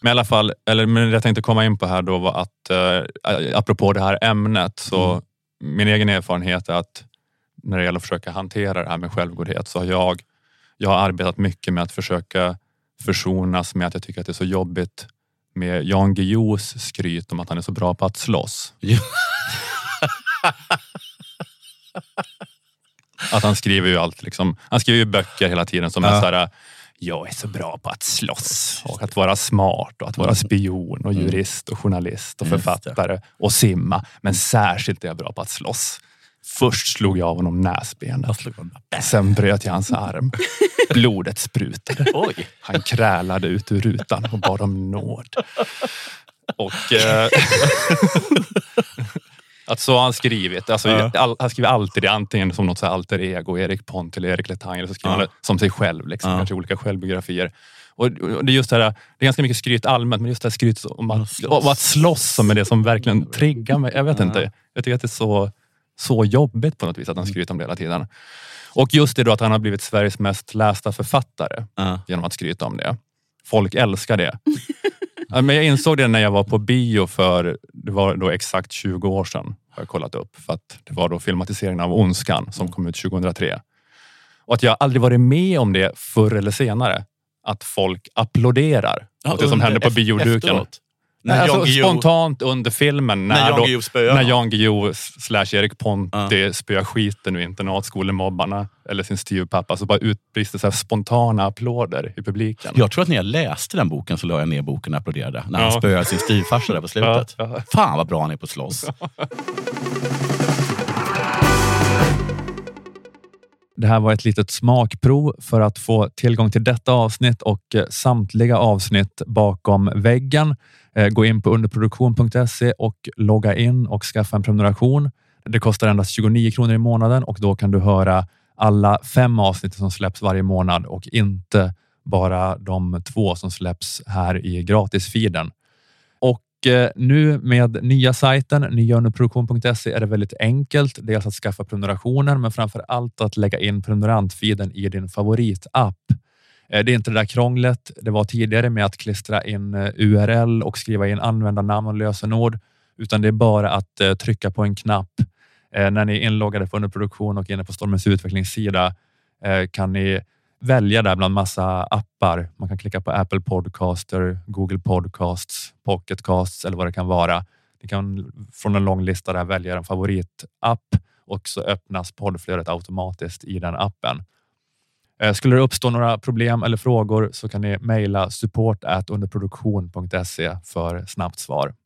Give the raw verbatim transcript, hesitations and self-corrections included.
Men i alla fall, eller men det jag tänkte komma in på här då var att eh, apropå det här ämnet så mm. min egen erfarenhet är att när det gäller att försöka hantera det här med självgodhet så har jag, jag har arbetat mycket med att försöka försonas med att jag tycker att det är så jobbigt med Jan Guillous skryt om att han är så bra på att slåss. Att han skriver ju allt liksom, han skriver ju böcker hela tiden som ja. är såhär, jag är så bra på att slåss och att vara smart och att vara spion och jurist och journalist och författare och simma, men särskilt är jag bra på att slåss. Först slog jag av honom näsbenet. Sen bröt jag hans arm. Blodet sprutade. Oj. Han krälade ut ur rutan och bad om nåd. Och eh, att så har han skrivit. Alltså, ja. all, han skriver alltid det. Antingen som något så här alter ego, Erik Pont eller Erik Letang. Eller så skriver ja. han det som sig själv. Liksom, ja. Kanske olika självbiografier. Och, och det är just det här, det är ganska mycket skryt allmänt. Men just det här skryt om att, om att slåss som är det som verkligen triggar mig. Jag vet ja. inte. Jag tycker att det är så... så jobbigt på något vis att han skryter om det hela tiden. Och just det då att han har blivit Sveriges mest lästa författare uh. genom att skryta om det. Folk älskar det. Men jag insåg det när jag var på bio för, det var då exakt tjugo år sedan har jag kollat upp. För att det var då filmatiseringen av Ondskan som kom ut tjugohundratre. Och att jag aldrig varit med om det förr eller senare. Att folk applåderar ja, åt det som händer på bioduken. Efteråt. När alltså, Jan Guillou, spontant under filmen när, när Jan Guillou spöar när Jan Guillou slash Erik Ponti uh. spöar skiten ur internatskolemobbarna eller sin styvpappa, så bara utbrister så här spontana applåder i publiken. Jag tror att när jag läste den boken så la jag ner boken och applåderade när ja. han spöar sin styvfarsa där på slutet. Ja, ja. Fan vad bra han är på slåss. Det här var ett litet smakprov. För att få tillgång till detta avsnitt och samtliga avsnitt bakom väggen. Gå in på underproduktion punkt se och logga in och skaffa en prenumeration. Det kostar endast tjugonio kronor i månaden och då kan du höra alla fem avsnitt som släpps varje månad och inte bara de två som släpps här i gratisfeeden. Och nu med nya sajten nya underproduktion punkt se är det väldigt enkelt. Dels att skaffa prenumerationen men framför allt att lägga in prenumerantfeeden i din favoritapp. Det är inte det där krånglet det var tidigare med att klistra in U R L och skriva in användarnamn och lösenord, utan det är bara att trycka på en knapp. När ni är inloggade på underproduktion och inne på Stormens utvecklingssida kan ni välja där bland massa appar. Man kan klicka på Apple Podcaster, Google Podcasts, Pocket Casts eller vad det kan vara. Ni kan från en lång lista där välja en favoritapp och så öppnas poddflödet automatiskt i den appen. Skulle det uppstå några problem eller frågor så kan ni mejla support at underproduktion punkt se för snabbt svar.